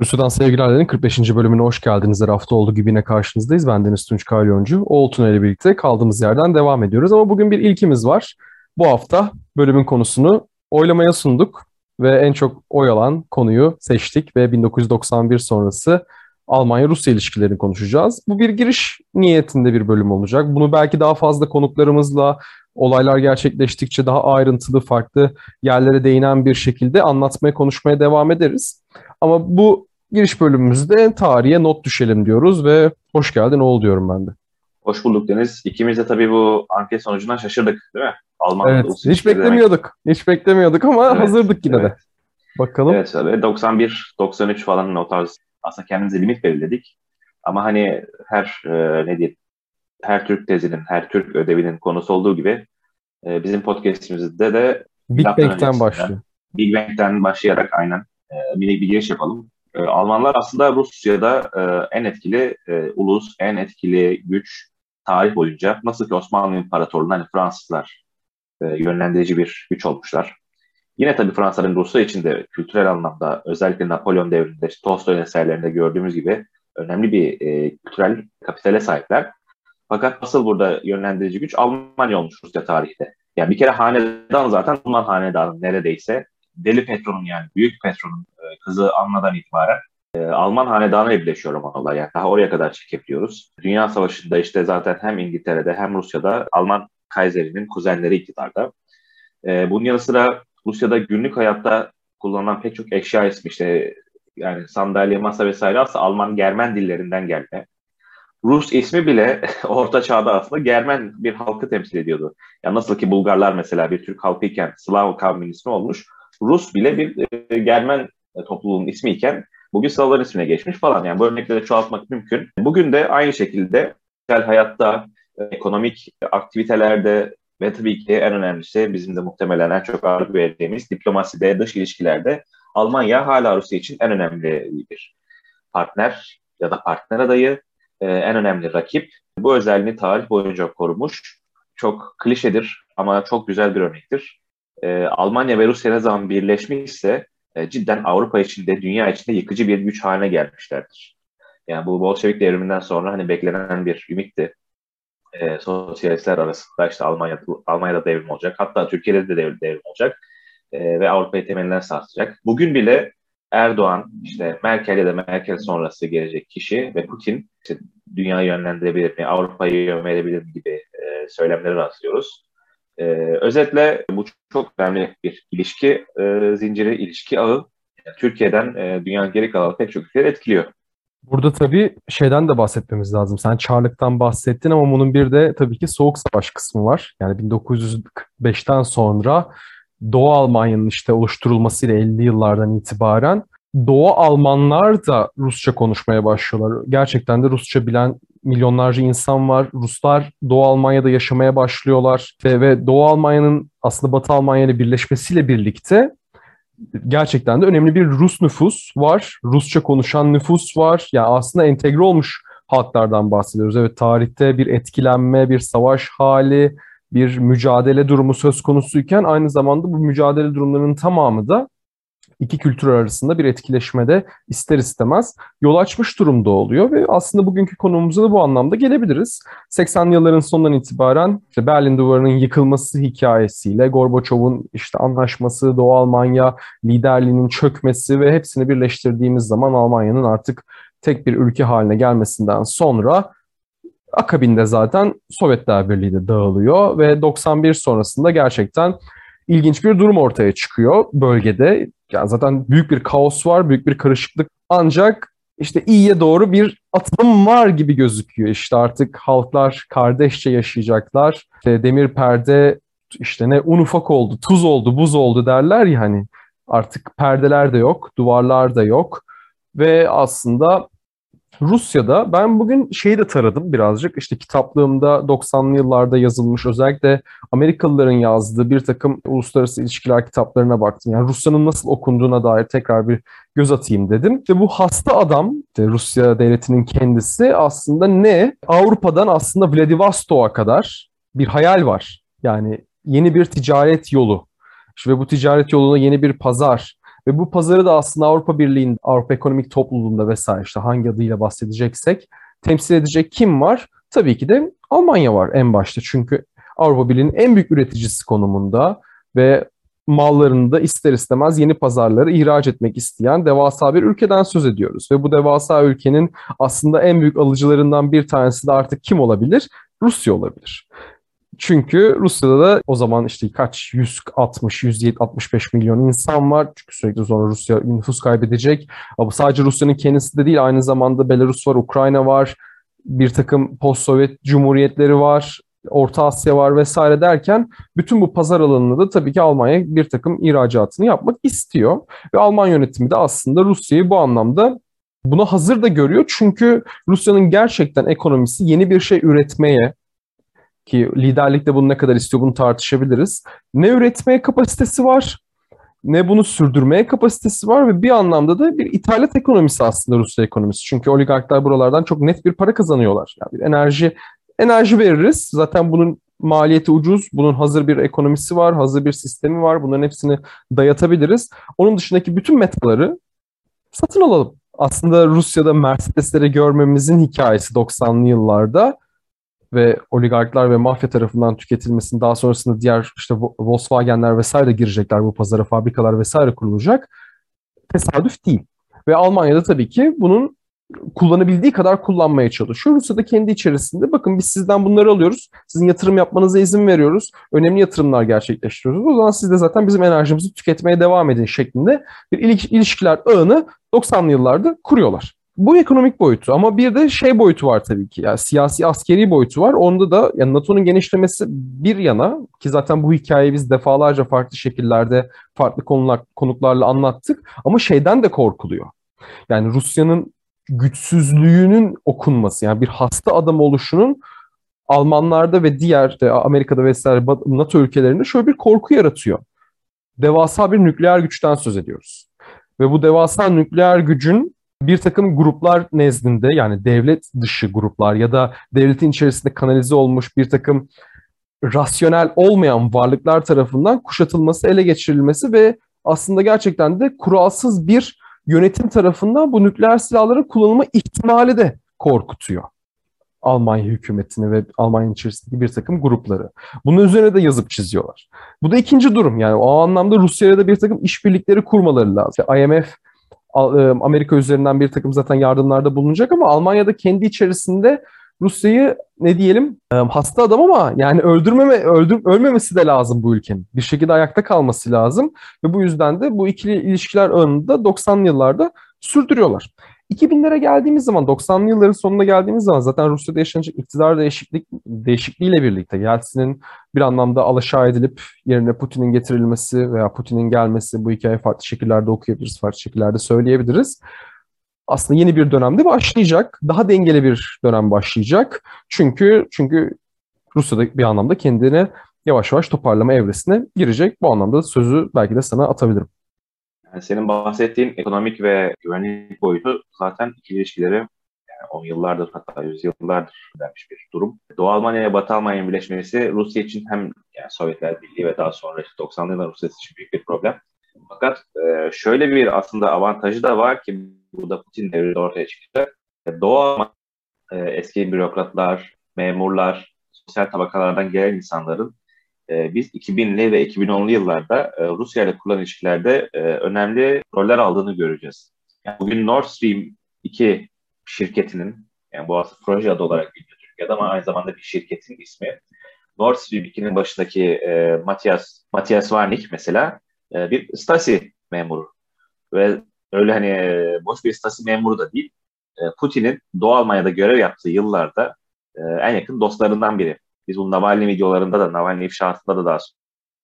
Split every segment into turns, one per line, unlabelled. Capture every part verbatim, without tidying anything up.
Rusya'dan Sevgiler'lerin kırk beşinci bölümüne hoş geldiniz. Her hafta olduğu gibi yine karşınızdayız. Ben Deniz Tunç Kalyoncu. Oğul Tuna ile birlikte kaldığımız yerden devam ediyoruz. Ama bugün bir ilkimiz var. Bu hafta bölümün konusunu oylamaya sunduk. Ve en çok oy alan konuyu seçtik. Ve bin dokuz yüz doksan bir sonrası Almanya-Rusya ilişkilerini konuşacağız. Bu bir giriş niyetinde bir bölüm olacak. Bunu belki daha fazla konuklarımızla olaylar gerçekleştikçe daha ayrıntılı, farklı yerlere değinen bir şekilde anlatmaya, konuşmaya devam ederiz. Ama bu giriş bölümümüzde tarihe not düşelim diyoruz ve hoş geldin oğul diyorum ben de.
Hoş bulduk Deniz. İkimiz de tabii bu anket sonucundan şaşırdık, değil mi? Alman
Evet,
ulus
hiç
ilişkileri demek.
beklemiyorduk. Hiç beklemiyorduk ama
Evet,
hazırdık yine de.
evet.
Bakalım.
Evet tabii. doksan bir, doksan üç falan o tarz aslında kendimize limit belirledik. Ama hani her e, ne diyeyim, her Türk tezinin, her Türk ödevinin konusu olduğu gibi e, bizim podcastimizde de
Big
milattan
Bang'ten
öncesinden,
başlıyor.
Big Bang'den başlayarak aynen e, bir, bir giriş yapalım. E, Almanlar aslında Rusya'da e, en etkili e, ulus, en etkili güç tarih boyunca. Nasıl ki Osmanlı İmparatorluğu'nda hani Fransızlar e, yönlendirici bir güç olmuşlar. Yine tabii Fransa'nın Rusya için de kültürel anlamda özellikle Napolyon devrinde işte Tolstoy'un eserlerinde gördüğümüz gibi önemli bir e, kültürel kapitale sahipler. Fakat asıl burada yönlendirici güç Almanya olmuş Rusya tarihte. Yani bir kere hanedan zaten Alman hanedanı neredeyse Deli Petro'nun yani Büyük Petro'nun e, kızı Anna'dan itibaren e, Alman hanedanı ile birleşiyor Romanoğlu. Yani daha oraya kadar çekebiliyoruz. Dünya Savaşı'nda işte zaten hem İngiltere'de hem Rusya'da Alman Kayseri'nin kuzenleri iktidarda. E, bunun yanı sıra Rusya'da günlük hayatta kullanılan pek çok eşya ismi işte yani sandalye, masa vesaire aslında Alman Germen dillerinden gelme. Rus ismi bile Orta Çağ'da aslında Germen bir halkı temsil ediyordu. Yani nasıl ki Bulgarlar mesela bir Türk halkı iken Slav kavminin ismi olmuş. Rus bile bir e, Germen topluluğun ismi iken bugün Slavların ismine geçmiş falan. Yani bu örnekleri çoğaltmak mümkün. Bugün de aynı şekilde sosyal hayatta, e, ekonomik aktivitelerde ve tabii ki en önemlisi bizim de muhtemelen en çok ağırlık verdiğimiz diplomaside, dış ilişkilerde Almanya hala Rusya için en önemli bir partner ya da partner adayı, e, en önemli rakip. Bu özelliğini tarih boyunca korumuş. Çok klişedir ama çok güzel bir örnektir. E, Almanya ve Rusya ne zaman birleşmişse e, cidden Avrupa içinde, dünya içinde yıkıcı bir güç haline gelmişlerdir. Yani bu Bolşevik devriminden sonra hani beklenen bir ümitti. E, sosyalistler arasında işte Almanya'da, Almanya'da devrim olacak. Hatta Türkiye'de de devrim, devrim olacak. E, ve Avrupa'yı temelinden sarsacak. Bugün bile Erdoğan, işte Merkel ya da Merkel sonrası gelecek kişi ve Putin işte dünyayı yönlendirebilir mi, Avrupa'yı yönlendirebilir mi gibi e, söylemleri rastlıyoruz. E, özetle bu çok önemli bir ilişki e, zinciri, ilişki ağı. Yani Türkiye'den e, dünyanın geri kalan pek çok ülkeleri etkiliyor.
Burada tabii şeyden de bahsetmemiz lazım. Sen Çarlık'tan bahsettin ama bunun bir de tabii ki Soğuk Savaş kısmı var. Yani bin dokuz yüz kırk beşten sonra Doğu Almanya'nın işte oluşturulmasıyla elli yıllardan itibaren Doğu Almanlar da Rusça konuşmaya başlıyorlar. Gerçekten de Rusça bilen milyonlarca insan var. Ruslar Doğu Almanya'da yaşamaya başlıyorlar ve, ve Doğu Almanya'nın aslında Batı Almanya ile birleşmesiyle birlikte gerçekten de önemli bir Rus nüfus var. Rusça konuşan nüfus var. Yani aslında entegre olmuş halklardan bahsediyoruz. Evet, tarihte bir etkilenme, bir savaş hali, bir mücadele durumu söz konusuyken aynı zamanda bu mücadele durumlarının tamamı da iki kültür arasında bir etkileşmede ister istemez yol açmış durumda oluyor ve aslında bugünkü konumuza da bu anlamda gelebiliriz. seksenli yılların sonundan itibaren işte Berlin Duvarı'nın yıkılması hikayesiyle Gorbaçov'un işte anlaşması, Doğu Almanya liderliğinin çökmesi ve hepsini birleştirdiğimiz zaman Almanya'nın artık tek bir ülke haline gelmesinden sonra akabinde zaten Sovyetler Birliği de dağılıyor ve doksan bir sonrasında gerçekten ilginç bir durum ortaya çıkıyor bölgede. Yani zaten büyük bir kaos var, büyük bir karışıklık. Ancak işte iyiye doğru bir atılım var gibi gözüküyor. İşte artık halklar kardeşçe yaşayacaklar. İşte demir perde işte ne un ufak oldu, tuz oldu, buz oldu derler ya hani. Artık perdeler de yok, duvarlar da yok. Ve aslında Rusya'da ben bugün şeyi de taradım birazcık. İşte kitaplığımda doksanlı yıllarda yazılmış özellikle Amerikalıların yazdığı bir takım uluslararası ilişkiler kitaplarına baktım. Yani Rusya'nın nasıl okunduğuna dair tekrar bir göz atayım dedim. İşte bu hasta adam, işte Rusya devletinin kendisi aslında ne? Avrupa'dan aslında Vladivostok'a kadar bir hayal var. Yani yeni bir ticaret yolu. İşte ve bu ticaret yoluna yeni bir pazar. Ve bu pazarı da aslında Avrupa Birliği'nin, Avrupa Ekonomik Topluluğu'nda vesaire işte hangi adıyla bahsedeceksek temsil edecek kim var? Tabii ki de Almanya var en başta. Çünkü Avrupa Birliği'nin en büyük üreticisi konumunda ve mallarını da ister istemez yeni pazarlara ihraç etmek isteyen devasa bir ülkeden söz ediyoruz. Ve bu devasa ülkenin aslında en büyük alıcılarından bir tanesi de artık kim olabilir? Rusya olabilir. Çünkü Rusya'da da o zaman işte kaç yüz altmış yüz altmış beş milyon insan var. Çünkü sürekli sonra Rusya nüfus kaybedecek. Ama sadece Rusya'nın kendisi de değil, aynı zamanda Belarus var, Ukrayna var, bir takım post-Sovyet cumhuriyetleri var, Orta Asya var vesaire derken bütün bu pazar alanında da tabii ki Almanya bir takım ihracatını yapmak istiyor. Ve Alman yönetimi de aslında Rusya'yı bu anlamda buna hazır da görüyor. Çünkü Rusya'nın gerçekten ekonomisi yeni bir şey üretmeye, ki liderlik de bunu ne kadar istiyor bunu tartışabiliriz, ne üretmeye kapasitesi var ne bunu sürdürmeye kapasitesi var ve bir anlamda da bir ithalat ekonomisi aslında Rusya ekonomisi. Çünkü oligarklar buralardan çok net bir para kazanıyorlar. Yani bir enerji enerji veririz. Zaten bunun maliyeti ucuz. Bunun hazır bir ekonomisi var, hazır bir sistemi var. Bunların hepsini dayatabiliriz. Onun dışındaki bütün metaları satın alalım. Aslında Rusya'da Mercedes'leri görmemizin hikayesi doksanlı yıllarda ve oligarklar ve mafya tarafından tüketilmesinin daha sonrasında diğer işte Volkswagen'ler vesaire de girecekler bu pazara, fabrikalar vesaire kurulacak. Tesadüf değil. Ve Almanya'da tabii ki bunun kullanabildiği kadar kullanmaya çalışıyor. Rusya da kendi içerisinde bakın biz sizden bunları alıyoruz. Sizin yatırım yapmanıza izin veriyoruz. Önemli yatırımlar gerçekleştiriyoruz. O zaman siz de zaten bizim enerjimizi tüketmeye devam edin şeklinde bir ilişkiler ağını doksanlı yıllarda kuruyorlar. Bu ekonomik boyutu ama bir de şey boyutu var tabii ki. Yani siyasi askeri boyutu var. Onda da yani NATO'nun genişlemesi bir yana ki zaten bu hikayeyi biz defalarca farklı şekillerde farklı konular, konuklarla anlattık ama şeyden de korkuluyor. Yani Rusya'nın güçsüzlüğünün okunması yani bir hasta adam oluşunun Almanlarda ve diğer işte Amerika'da vesaire NATO ülkelerinde şöyle bir korku yaratıyor. Devasa bir nükleer güçten söz ediyoruz. Ve bu devasa nükleer gücün bir takım gruplar nezdinde yani devlet dışı gruplar ya da devletin içerisinde kanalize olmuş bir takım rasyonel olmayan varlıklar tarafından kuşatılması, ele geçirilmesi ve aslında gerçekten de kuralsız bir yönetim tarafından bu nükleer silahların kullanılma ihtimali de korkutuyor Almanya hükümetini ve Almanya içerisindeki bir takım grupları. Bunun üzerine de yazıp çiziyorlar. Bu da ikinci durum. Yani o anlamda Rusya'ya da bir takım işbirlikleri kurmaları lazım. İşte I M F Amerika üzerinden bir takım zaten yardımlarda bulunacak ama Almanya'da kendi içerisinde Rusya'yı ne diyelim hasta adam ama yani öldürmeme öldür, ölmemesi de lazım bu ülkenin. Bir şekilde ayakta kalması lazım ve bu yüzden de bu ikili ilişkiler ağında doksanlı yıllarda sürdürüyorlar. iki binlere geldiğimiz zaman doksanlı yılların sonuna geldiğimiz zaman zaten Rusya'da yaşanacak iktidar değişiklik değişikliğiyle birlikte Yeltsin'in bir anlamda alaşağı edilip yerine Putin'in getirilmesi veya Putin'in gelmesi bu hikayeyi farklı şekillerde okuyabiliriz, farklı şekillerde söyleyebiliriz. Aslında yeni bir dönemde başlayacak. Daha dengeli bir dönem başlayacak. Çünkü çünkü Rusya'da bir anlamda kendini yavaş yavaş toparlama evresine girecek. Bu anlamda sözü belki de sana atabilirim.
Yani senin bahsettiğin ekonomik ve güvenlik boyutu zaten ikili ilişkileri yani on yıllardır hatta yüz yıllardır vermiş bir durum. Doğu Almanya ile Batı Almanya'nın birleşmesi Rusya için hem yani Sovyetler Birliği ve daha sonra işte doksanlı yıllar Rusya için büyük bir problem. Fakat e, şöyle bir aslında avantajı da var ki burada Putin devrinde ortaya çıkacak. Doğu Almanya e, eski bürokratlar, memurlar, sosyal tabakalardan gelen insanların e, biz iki binli ve iki bin onlu yıllarda e, Rusya ile kurulan ilişkilerde e, önemli roller aldığını göreceğiz. Yani bugün Nord Stream iki şirketinin, yani bu aslında proje adı olarak biliniyor Türkiye'de ama aynı zamanda bir şirketin ismi. Nord Stream ikinin başındaki e, Matthias, Matthias Warnig mesela e, bir Stasi memuru. Ve öyle hani e, boş bir Stasi memuru da değil. E, Putin'in Doğu Almanya'da görev yaptığı yıllarda e, en yakın dostlarından biri. Biz bu Navalny videolarında da, Navalny ifşaatında da daha sonra.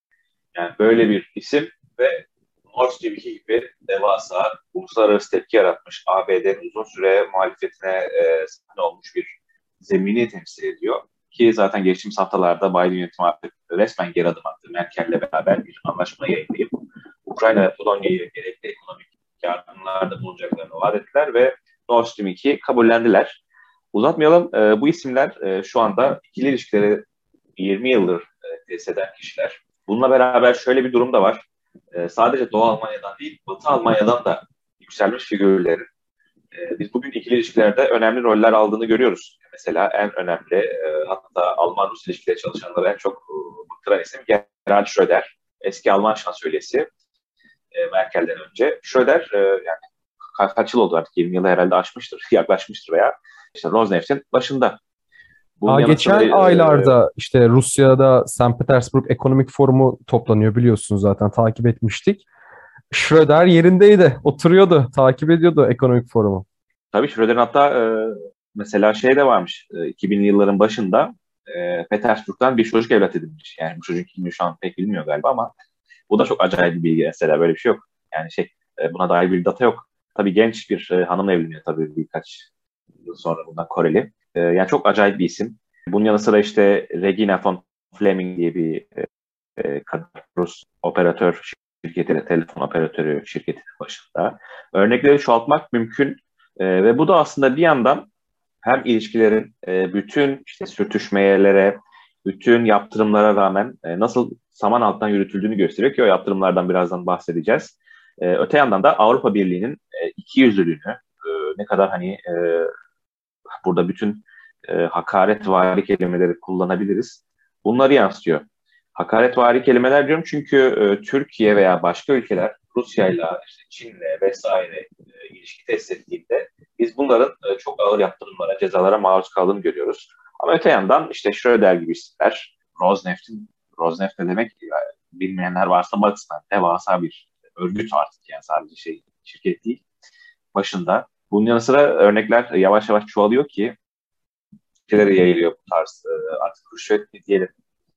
Yani böyle bir isim ve Nord Stream iki gibi devasa, uluslararası tepki yaratmış, A B D'nin uzun süre muhalefetine e, sahne olmuş bir zemini temsil ediyor. Ki zaten geçtiğimiz haftalarda Biden yönetimi artık resmen geri adım attı. Merkel'le beraber bir anlaşma yayınlayıp Ukrayna ve Polonya'yı gerekli ekonomik yardımlarda bulunacaklarını vaat ettiler ve Nord Stream ikiyi kabullendiler. Uzatmayalım. E, bu isimler e, şu anda ikili ilişkileri yirmi yıldır e, tesis eden kişiler. Bununla beraber şöyle bir durum da var. e, sadece Doğu Almanya'dan değil, Batı Almanya'dan da yükselmiş figürlerin e, biz bugün ikili ilişkilerde önemli roller aldığını görüyoruz. Mesela en önemli, e, hatta Alman-Rus ilişkileri çalışanları en çok e, bıktıran isim Gerhard Schröder. Eski Alman şansölyesi e, Merkel'den önce. Schröder e, yani ka- kaç yıl oldu artık? yirmi yılı herhalde aşmıştır, yaklaşmıştır veya işte Rosneft'in başında. Bunun
Daha
yanı sıra
geçen
e,
aylarda işte Rusya'da Sankt Petersburg Ekonomik Forumu toplanıyor, biliyorsunuz, zaten takip etmiştik. Schröder yerindeydi, oturuyordu, takip ediyordu ekonomik forumu.
tabii Schröder'in hatta e, mesela şey de varmış. E, iki binli yılların başında e, Petersburg'dan bir çocuk evlat edinmiş. Yani bu çocuk kimliği şu an pek bilmiyor galiba ama bu da çok acayip bir bilgi mesela. Böyle bir şey yok. Yani şey e, buna dair bir data yok. Tabii genç bir e, hanım evleniyor tabii birkaç yıl sonra bundan, Koreli. E, yani çok acayip bir isim. Bunun yanı sıra işte Regina von Fleming diye bir e, kadın Rus operatör şirketi, telefon operatörü şirketinin başında. Örnekleri çoğaltmak mümkün. E, ve bu da aslında bir yandan hem ilişkilerin e, bütün işte sürtüşmelere, bütün yaptırımlara rağmen e, nasıl saman alttan yürütüldüğünü gösteriyor ki o yaptırımlardan birazdan bahsedeceğiz. E, öte yandan da Avrupa Birliği'nin e, ikiyüzlülüğünü, e, ne kadar hani e, burada bütün e, hakaretvari kelimeleri kullanabiliriz. Bunları yansıtıyor. Hakaretvari kelimeler diyorum çünkü e, Türkiye veya başka ülkeler Rusya'yla, işte Çin'le vesaire e, ilişki test ettiğinde biz bunların e, çok ağır yaptırımlara, cezalara maruz kaldığını görüyoruz. Ama öte yandan işte Schröder gibi isimler, Rosneft'in, Rosneft ne demek yani, bilmeyenler varsa baksınlar. Devasa bir örgüt artık, yani sadece şey şirket değil, başında. Bunun yanı sıra örnekler yavaş yavaş çoğalıyor ki ülkelere yayılıyor bu tarz e, artık rüşvet mi diyelim,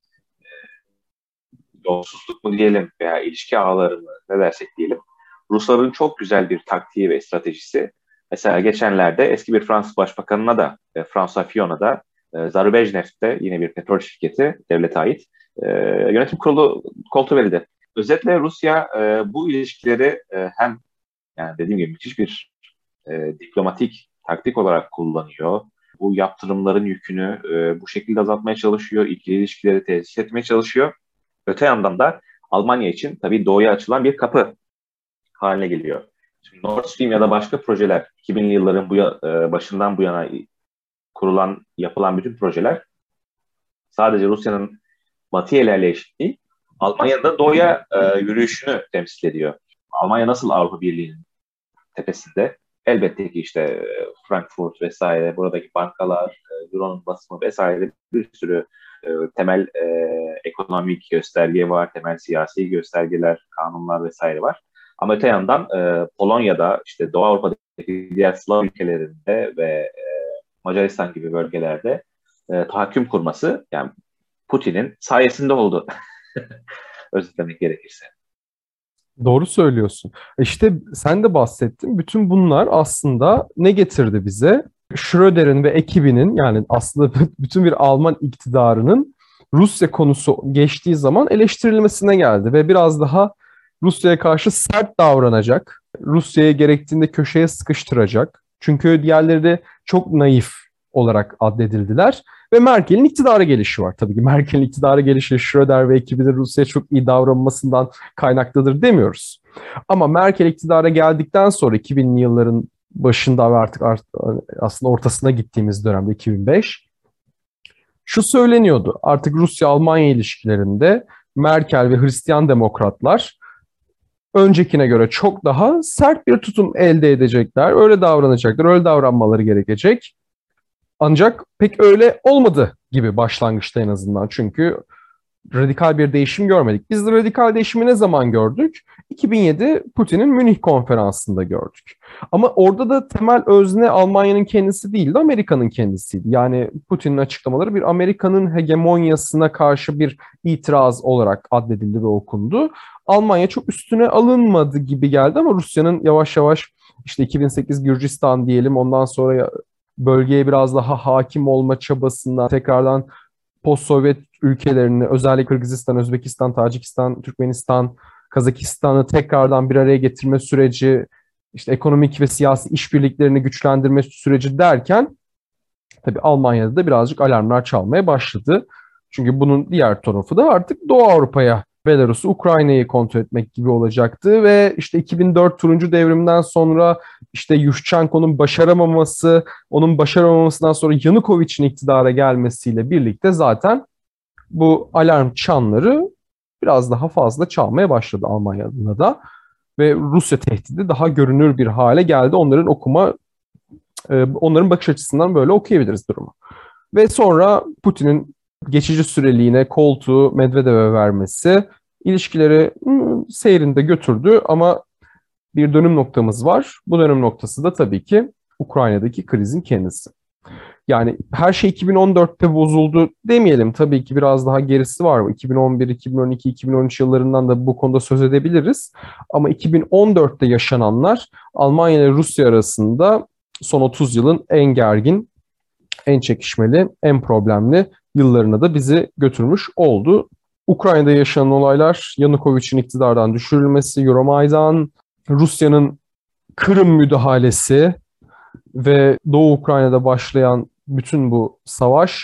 yolsuzluk mu diyelim veya ilişki ağları mı, ne dersek diyelim. Rusların çok güzel bir taktiği ve stratejisi. Mesela geçenlerde eski bir Fransız Başbakanına da, e, François Fillon'a da e, Zarubezhnef'te, yine bir petrol şirketi, devlete ait, e, yönetim kurulu koltuğu verildi. Özetle Rusya e, bu ilişkileri e, hem, yani dediğim gibi, müthiş bir e, diplomatik taktik olarak kullanıyor. Bu yaptırımların yükünü e, bu şekilde azaltmaya çalışıyor. İkili ilişkileri tesis etmeye çalışıyor. Öte yandan da Almanya için tabii doğuya açılan bir kapı haline geliyor. Şimdi Nord Stream ya da başka projeler, iki binli yılların bu ya, e, başından bu yana kurulan, yapılan bütün projeler sadece Rusya'nın batıya ilerleyişi değil, Almanya'nın da doğuya e, yürüyüşünü temsil ediyor. Almanya nasıl Avrupa Birliği'nin tepesinde? Elbette ki işte e, Frankfurt vesaire, buradaki bankalar, e, Euro'nun basımı vesaire, bir sürü e, temel e, ekonomik gösterge var, temel siyasi göstergeler, kanunlar vesaire var. Ama öte yandan e, Polonya'da, işte Doğu Avrupa'daki diğer Slav ülkelerinde ve e, Macaristan gibi bölgelerde e, tahakküm kurması, yani Putin'in sayesinde oldu. Özetlemek gerekirse.
Doğru söylüyorsun. İşte sen de bahsettin. Bütün bunlar aslında ne getirdi bize? Schröder'in ve ekibinin, yani aslında bütün bir Alman iktidarının Rusya konusu geçtiği zaman eleştirilmesine geldi ve biraz daha Rusya'ya karşı sert davranacak, Rusya'ya gerektiğinde köşeye sıkıştıracak. Çünkü diğerleri de çok naif olarak addedildiler. Ve Merkel'in iktidara gelişi var. Tabii ki Merkel'in iktidara gelişi Schröder ve ekibinin Rusya'ya çok iyi davranmasından kaynaklıdır demiyoruz. Ama Merkel iktidara geldikten sonra iki binli yılların başında ve artık aslında ortasına gittiğimiz dönemde iki bin beş, şu söyleniyordu: artık Rusya-Almanya ilişkilerinde Merkel ve Hristiyan demokratlar öncekine göre çok daha sert bir tutum elde edecekler. Öyle davranacaklar, öyle davranmaları gerekecek. Ancak pek öyle olmadı gibi, başlangıçta en azından. Çünkü radikal bir değişim görmedik. Biz de radikal değişimi ne zaman gördük? iki bin yedi Putin'in Münih konferansında gördük. Ama orada da temel özne Almanya'nın kendisi değildi, Amerika'nın kendisiydi. Yani Putin'in açıklamaları bir Amerika'nın hegemonyasına karşı bir itiraz olarak addedildi ve okundu. Almanya çok üstüne alınmadı gibi geldi ama Rusya'nın yavaş yavaş, işte iki bin sekiz Gürcistan diyelim, ondan sonra bölgeye biraz daha hakim olma çabasından tekrardan post-Sovyet ülkelerini, özellikle Kırgızistan, Özbekistan, Tacikistan, Türkmenistan, Kazakistan'ı tekrardan bir araya getirme süreci, işte ekonomik ve siyasi işbirliklerini güçlendirme süreci derken tabii Almanya'da da birazcık alarmlar çalmaya başladı. Çünkü bunun diğer tarafı da artık Doğu Avrupa'ya Belarus'u, Ukrayna'yı kontrol etmek gibi olacaktı ve işte iki bin dört turuncu devrimden sonra işte Yushchenko'nun başaramaması, onun başaramamasından sonra Yanukovych'in iktidara gelmesiyle birlikte zaten bu alarm çanları biraz daha fazla çalmaya başladı Almanya'da da ve Rusya tehdidi daha görünür bir hale geldi. Onların okuma, e, onların bakış açısından böyle okuyabiliriz durumu. Ve sonra Putin'in geçici süreliğine koltuğu Medvedev'e vermesi ilişkileri hmm, seyrinde götürdü ama bir dönüm noktamız var. Bu dönüm noktası da tabii ki Ukrayna'daki krizin kendisi. Yani her şey iki bin on dörtte bozuldu demeyelim. Tabii ki biraz daha gerisi var. iki bin on bir, iki bin on iki, iki bin on üç yıllarından da bu konuda söz edebiliriz. Ama iki bin on dörtte yaşananlar Almanya ile Rusya arasında son otuz yılın en gergin, en çekişmeli, en problemli yıllarına da bizi götürmüş oldu. Ukrayna'da yaşanan olaylar, Yanukovych'in iktidardan düşürülmesi, Euromaidan, Rusya'nın Kırım müdahalesi ve Doğu Ukrayna'da başlayan bütün bu savaş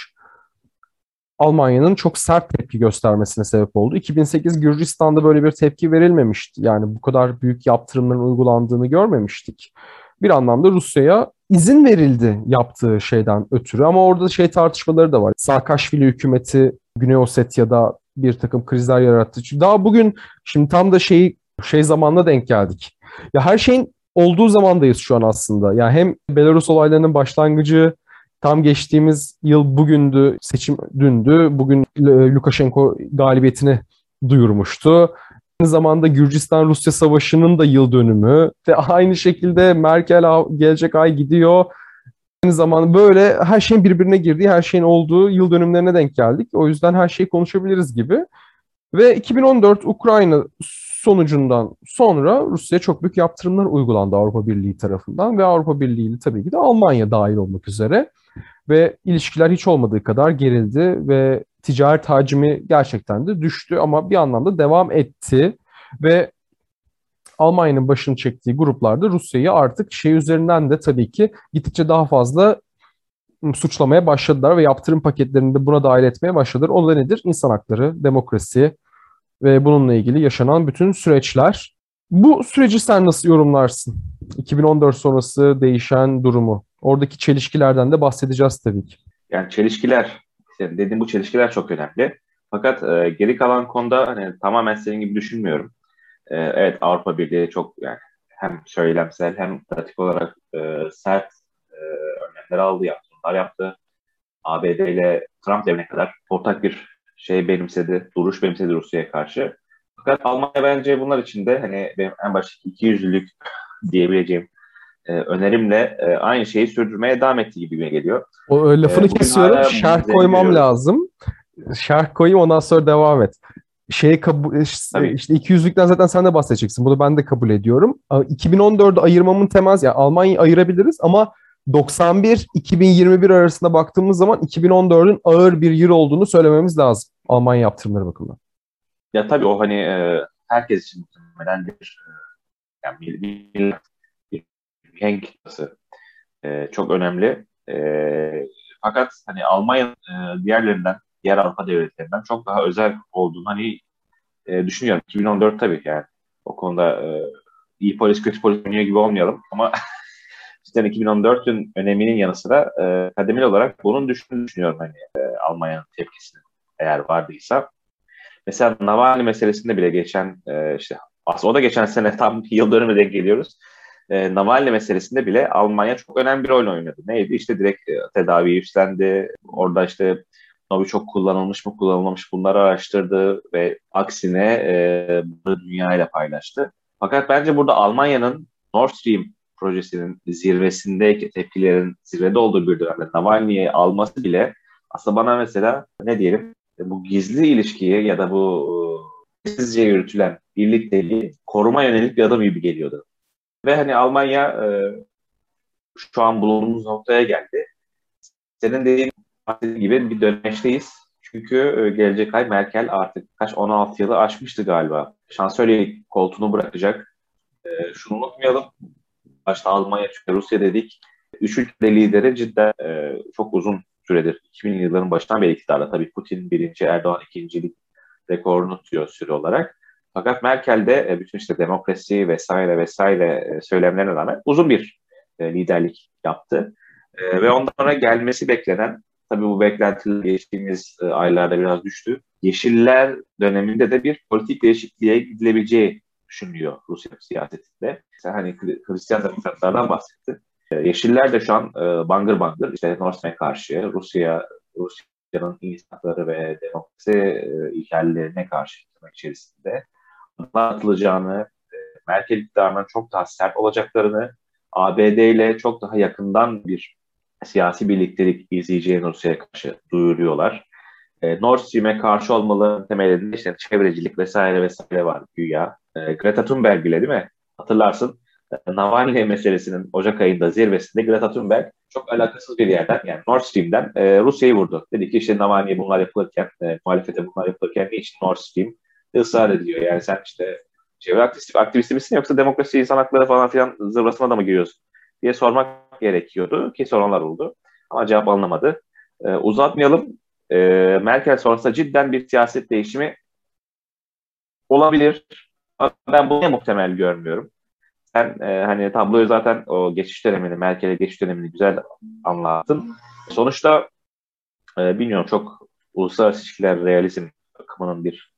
Almanya'nın çok sert tepki göstermesine sebep oldu. iki bin sekiz Gürcistan'da böyle bir tepki verilmemişti. Yani bu kadar büyük yaptırımların uygulandığını görmemiştik. Bir anlamda Rusya'ya izin verildi yaptığı şeyden ötürü ama orada şey tartışmaları da var. Saakashvili hükümeti Güney Osetya'da bir takım krizler yarattı. Daha bugün şimdi tam da şey şey zamanla denk geldik. Ya her şeyin olduğu zamandayız şu an aslında. Yani hem Belarus olaylarının başlangıcı tam geçtiğimiz yıl bugündü, seçim dündü. Bugün Lukashenko galibiyetini duyurmuştu. Aynı zamanda Gürcistan-Rusya Savaşı'nın da yıl dönümü ve aynı şekilde Merkel gelecek ay gidiyor. Aynı zamanda böyle her şeyin birbirine girdiği, her şeyin olduğu yıl dönümlerine denk geldik. O yüzden her şeyi konuşabiliriz gibi. Ve iki bin on dört Ukrayna sonucundan sonra Rusya'ya çok büyük yaptırımlar uygulandı Avrupa Birliği tarafından ve Avrupa Birliği tabii ki de Almanya dahil olmak üzere. Ve ilişkiler hiç olmadığı kadar gerildi ve ticaret hacmi gerçekten de düştü ama bir anlamda devam etti. Ve Almanya'nın başını çektiği gruplarda Rusya'yı artık şey üzerinden de tabii ki gittikçe daha fazla suçlamaya başladılar ve yaptırım paketlerini de buna dahil etmeye başladılar. O da nedir? İnsan hakları, demokrasi ve bununla ilgili yaşanan bütün süreçler. Bu süreci sen nasıl yorumlarsın? iki bin on dört sonrası değişen durumu. Oradaki çelişkilerden de bahsedeceğiz tabii ki.
Yani çelişkiler, işte dediğim bu çelişkiler çok önemli. Fakat e, geri kalan konuda hani tamamen senin gibi düşünmüyorum. E, evet, Avrupa Birliği çok yani hem söylemsel hem pratik olarak e, sert e, önlemler aldı, yaptırımlar yaptı. A B D ile Trump devrine kadar ortak bir şey benimsedi, duruş benimsedi Rusya'ya karşı. Fakat Almanya bence bunlar içinde hani benim en baştaki ikiyüzlülük diyebileceğim e, önerimle e, aynı şeyi sürdürmeye devam ettiği gibi geliyor.
O e, lafını
E, bugün
kesiyorum.
hala
Şerh
izlerini
koymam
görüyoruz.
lazım. Şerh koyayım ondan sonra devam et. Şey kabul
Tabii.
işte ikiyüzlükten zaten sen de bahsedeceksin. Bunu ben de kabul ediyorum. iki bin on dördü ayırmamın temel yani Almanya'yı ayırabiliriz ama doksan bir iki bin yirmi bir arasında baktığımız zaman iki bin on dördün ağır bir yıl olduğunu söylememiz lazım. Almanya yaptırımları bakımından.
Ya tabii o hani e, herkes için muhtemelen bir, e, yani bir, bir, bir mihenk taşı e, çok önemli. E, fakat hani Almanya e, diğerlerinden, diğer Avrupa devletlerinden çok daha özel olduğunu hani e, düşünüyorum. iki bin on dört tabii yani o konuda e, iyi polis kötü polis oynuyor gibi olmayalım ama cidden iki bin on dörtün öneminin yanı sıra e, kademeli olarak bunun düştüğünü düşünüyorum hani e, Almanya'nın tepkisinin eğer vardıysa. Mesela Navalny meselesinde bile geçen e, işte aslında o da geçen sene tam yıl dönümüne denk geliyoruz. E, Navalny meselesinde bile Almanya çok önemli bir rol oynadı. Neydi? İşte direkt e, tedaviyi üstlendi. Orada işte Novichok kullanılmış mı kullanılmamış bunları araştırdı ve aksine e, bunu dünyayla paylaştı. Fakat bence burada Almanya'nın Nord Stream projesinin zirvesindeki tepkilerin zirvede olduğu bir dönemde Navalny'yi alması bile aslında bana mesela ne diyelim bu gizli ilişkiyi ya da bu sizce yürütülen birlikteliği koruma yönelik bir adım gibi geliyordu. Ve hani Almanya e, şu an bulunduğumuz noktaya geldi. Senin dediğin gibi bir dönemeçteyiz. Çünkü e, gelecek ay Merkel artık kaç on altı yılı aşmıştı galiba. Şansölyelik koltuğunu bırakacak. E, şunu unutmayalım. Başta Almanya, Rusya dedik. Üç ülke lideri cidden e, çok uzun süredir iki binli yılların başından beri iktidarda. Tabii Putin birinci, Erdoğan ikincilik rekorunu tutuyor süre olarak. Fakat Merkel de e, bütün işte demokrasi vesaire vesaire e, söylemlerine rağmen uzun bir e, liderlik yaptı. E, ve ondan sonra gelmesi beklenen, tabii bu beklentiler geçtiğimiz e, aylarda biraz düştü. Yeşiller döneminde de bir politik değişikliğe gidilebileceği düşünülüyor Rusya siyasetinde. Sen hani Hristiyan demokratlardan bahsettin. E, Yeşiller de şu an e, bangır bangır işte Nord Stream'e karşı, Rusya, Rusya'nın insanları ve demokrasi e, ihlallerine karşı tırnak içerisinde atılacağını, e, Merkel iktidarının çok daha sert olacaklarını, A B D ile çok daha yakından bir siyasi birliktelik izleyeceğini Rusya'ya karşı duyuruyorlar. E, Nord Stream'e karşı olmalarının temelinde işte çevrecilik vesaire vesaire var güya. E, Greta Thunberg bile değil mi? Hatırlarsın. E, Navalny meselesinin Ocak ayında zirvesinde Greta Thunberg çok alakasız bir yerden yani Nord Stream'den e, Rusya'yı vurdu. Dedi ki işte Navalny'ye bunlar yapılırken, e, muhalefete bunlar yapılırken niçin Nord Stream ısrar ediyor. Yani sen işte çevre aktivisti, aktivisti misin yoksa demokrasi, insan hakları falan filan zırvasına da mı giriyorsun diye sormak gerekiyordu ki soranlar oldu. Ama cevap alınamadı. E, uzatmayalım. E, Merkel sonrasında cidden bir siyaset değişimi olabilir. Ama ben bunu muhtemel görmüyorum. Sen e, hani tabloyu zaten o geçiş dönemini, Merkel'e geçiş dönemini güzel anlattın. Sonuçta e, bilmiyorum çok uluslararası ilişkiler realizm akımının bir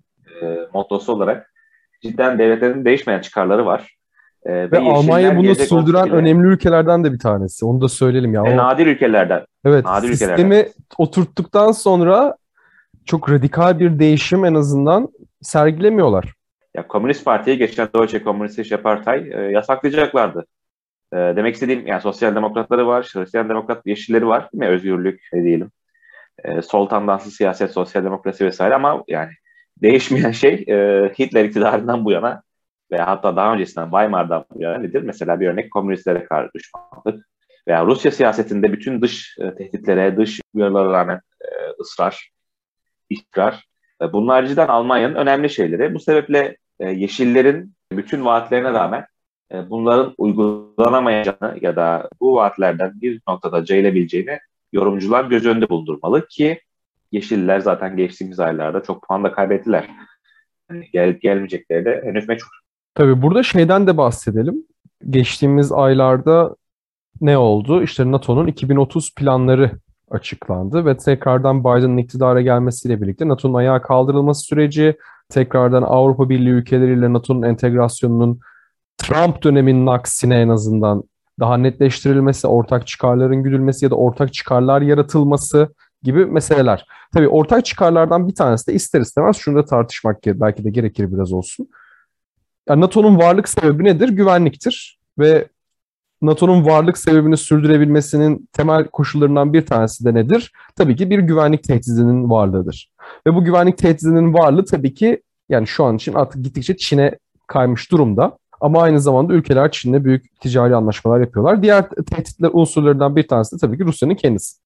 e, mottosu olarak cidden devletlerin değişmeyen çıkarları var. E,
Ve
ve
Almanya
yeşiller
bunu
gelecek olsa
sürdüren
bile
önemli ülkelerden de bir tanesi. Onu da söyleyelim ya.
e,
O,
nadir ülkelerden.
evet,
Nadir ülkelerden.
sistemi oturttuktan sonra çok radikal bir değişim en azından sergilemiyorlar.
Ya Komünist Parti'ye geçen Deutsche Kommunistische Partei e, yasaklayacaklardı. E, demek istediğim yani sosyal demokratları var, Hristiyan demokrat yeşilleri var değil mi? Özgürlük ne diyelim. E, sol tandanslı siyaset, sosyal demokrasi vesaire ama yani değişmeyen şey e, Hitler iktidarından bu yana veya hatta daha öncesinden Weimar'dan bu yana nedir? Mesela bir örnek komünistlere karşı düşmanlık veya Rusya siyasetinde bütün dış e, tehditlere, dış uyarılara rağmen e, ısrar, istikrar. E, bunlar cidden Almanya'nın önemli şeyleri. Bu sebeple e, Yeşillerin bütün vaatlerine rağmen e, bunların uygulanamayacağını ya da bu vaatlerden bir noktada cayılabileceğini yorumcular göz önünde bulundurmalı ki Yeşiller zaten geçtiğimiz aylarda çok puan da kaybettiler. Yani gelip gelmeyecekleri de henüz meçhul.
Tabii burada şeyden de bahsedelim. Geçtiğimiz aylarda ne oldu? İşte NATO'nun iki bin otuz planları açıklandı ve tekrardan Biden'ın iktidara gelmesiyle birlikte NATO'nun ayağa kaldırılması süreci, tekrardan Avrupa Birliği ülkeleriyle NATO'nun entegrasyonunun Trump döneminin aksine en azından daha netleştirilmesi, ortak çıkarların güdülmesi ya da ortak çıkarlar yaratılması gibi meseleler. Tabii ortak çıkarlardan bir tanesi de ister istemez şunu da tartışmak belki de gerekir biraz olsun. Yani NATO'nun varlık sebebi nedir? Güvenliktir. Ve NATO'nun varlık sebebini sürdürebilmesinin temel koşullarından bir tanesi de nedir? Tabii ki bir güvenlik tehdidinin varlığıdır. Ve bu güvenlik tehdidinin varlığı tabii ki yani şu an için artık gittikçe Çin'e kaymış durumda. Ama aynı zamanda ülkeler Çin'le büyük ticari anlaşmalar yapıyorlar. Diğer tehditler unsurlarından bir tanesi de tabii ki Rusya'nın kendisi.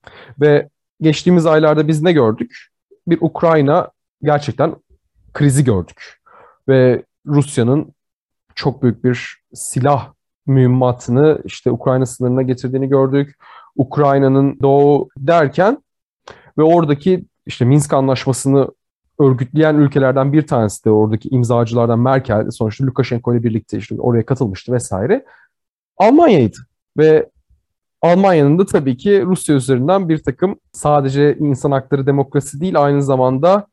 Ve geçtiğimiz aylarda biz ne gördük? Bir Ukrayna gerçekten krizi gördük. Ve Rusya'nın çok büyük bir silah mühimmatını işte Ukrayna sınırına getirdiğini gördük. Ukrayna'nın doğu derken ve oradaki işte Minsk Anlaşması'nı örgütleyen ülkelerden bir tanesi de oradaki imzacılardan Merkel, sonuçta Lukashenko ile birlikte işte oraya katılmıştı vesaire. Almanya'ydı ve Almanya'nın da tabii ki Rusya üzerinden bir takım sadece insan hakları demokrasi değil aynı zamanda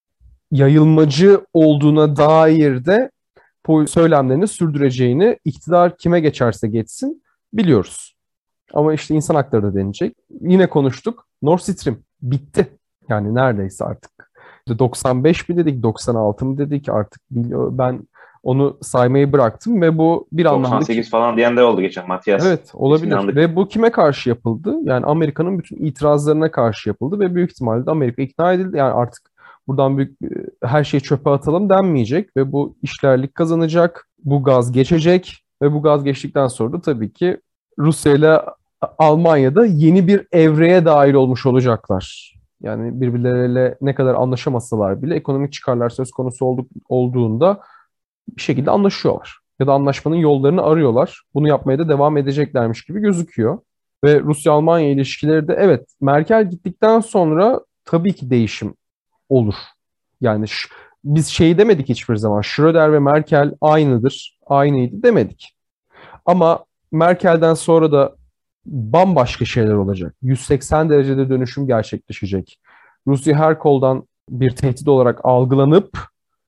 yayılmacı olduğuna dair de söylemlerini sürdüreceğini iktidar kime geçerse geçsin biliyoruz. Ama işte insan hakları da denecek. Yine konuştuk. Nord Stream bitti. Yani neredeyse artık. doksan beş mi dedik, doksan altı mı dedik artık ben onu saymayı bıraktım ve bu bir anlamda
doksan sekiz falan diyen de oldu geçen Matias.
evet olabilir ve bu kime karşı yapıldı? Yani Amerika'nın bütün itirazlarına karşı yapıldı ve büyük ihtimalle de Amerika ikna edildi. Yani artık buradan büyük her şeyi çöpe atalım denmeyecek ve bu işlerlik kazanacak. Bu gaz geçecek ve bu gaz geçtikten sonra da tabii ki Rusya ile Almanya'da yeni bir evreye dahil olmuş olacaklar. Yani birbirleriyle ne kadar anlaşamasalar bile ekonomik çıkarlar söz konusu olduk, olduğunda bir şekilde anlaşıyorlar. Ya da anlaşmanın yollarını arıyorlar. Bunu yapmaya da devam edeceklermiş gibi gözüküyor. Ve Rusya-Almanya ilişkileri de evet Merkel gittikten sonra tabii ki değişim olur. Yani ş- biz şey demedik hiçbir zaman. Schröder ve Merkel aynıdır, aynıydı demedik. Ama Merkel'den sonra da bambaşka şeyler olacak. yüz seksen derecede dönüşüm gerçekleşecek. Rusya her koldan bir tehdit olarak algılanıp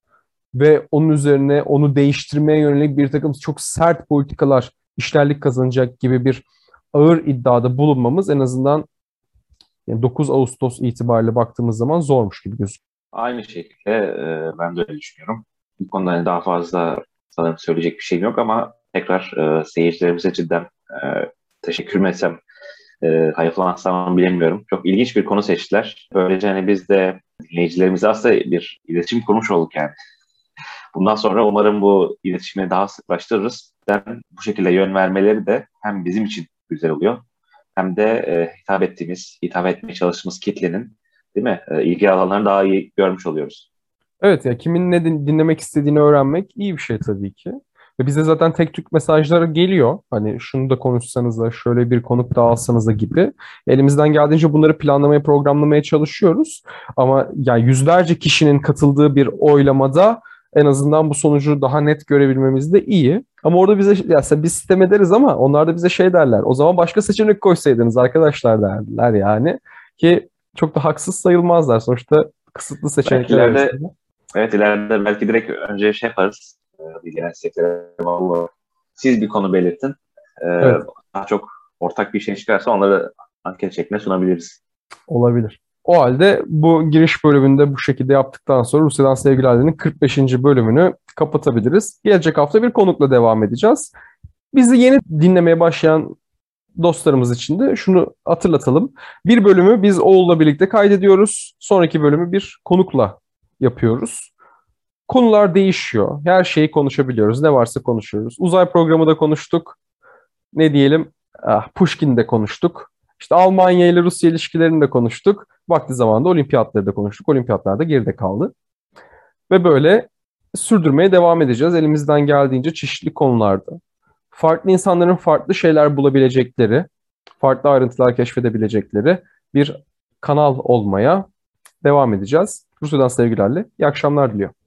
ve onun üzerine onu değiştirmeye yönelik bir takım çok sert politikalar işlerlik kazanacak gibi bir ağır iddiada bulunmamız en azından yani dokuz Ağustos itibariyle baktığımız zaman zormuş gibi gözüküyor.
Aynı şekilde e, ben de öyle düşünüyorum. Bu konuda hani daha fazla sanırım söyleyecek bir şeyim yok ama tekrar e, seyircilerimize cidden e, teşekkür mü etsem, e, hayıflansam bilemiyorum. Çok ilginç bir konu seçtiler. Böylece hani biz de dinleyicilerimize aslında bir iletişim kurmuş olduk yani. Bundan sonra umarım bu iletişimi daha sıklaştırırız. Ben bu şekilde yön vermeleri de hem bizim için güzel oluyor hem de e, hitap ettiğimiz, hitap etmeye çalıştığımız kitlenin, değil mi? E, ilgi alanlarını daha iyi görmüş oluyoruz.
Evet ya kimin ne din- dinlemek istediğini öğrenmek iyi bir şey tabii ki. Ve bize zaten tek tük mesajları geliyor. Hani şunu da konuşsanız da şöyle bir konuk da alsanız da gibi. Elimizden geldiğince bunları planlamaya, programlamaya çalışıyoruz. Ama yani yüzlerce kişinin katıldığı bir oylamada en azından bu sonucu daha net görebilmemiz de iyi. Ama orada bize ya biz sistem ederiz ama onlar da bize şey derler. O zaman başka seçenek koysaydınız arkadaşlar derler yani. Ki çok da haksız sayılmazlar. Sonuçta kısıtlı
Belki
seçenekler
ileride,
arasında.
evet ileride belki direkt önce şey yaparız. E, ilgilensecekler. Vallahi siz bir konu belirtin. E,
Evet,
Daha çok ortak bir şey çıkarsa onları anket şeklinde sunabiliriz.
olabilir. O halde bu giriş bölümünde bu şekilde yaptıktan sonra Rusya'dan Sevgiler'in kırk beşinci bölümünü kapatabiliriz. Gelecek hafta bir konukla devam edeceğiz. Bizi yeni dinlemeye başlayan dostlarımız için de şunu hatırlatalım. Bir bölümü biz Oğul'la birlikte kaydediyoruz. Sonraki bölümü bir konukla yapıyoruz. Konular değişiyor. Her şeyi konuşabiliyoruz. Ne varsa konuşuyoruz. Uzay programı da konuştuk. Ne diyelim? Ah, Pushkin'de konuştuk. İşte Almanya ile Rusya ilişkilerini de konuştuk. Vakti zamanında olimpiyatları da konuştuk. Olimpiyatlar da geride kaldı. Ve böyle sürdürmeye devam edeceğiz. Elimizden geldiğince çeşitli konularda. Farklı insanların farklı şeyler bulabilecekleri, farklı ayrıntılar keşfedebilecekleri bir kanal olmaya devam edeceğiz. Rusya'dan sevgilerle. İyi akşamlar diliyorum.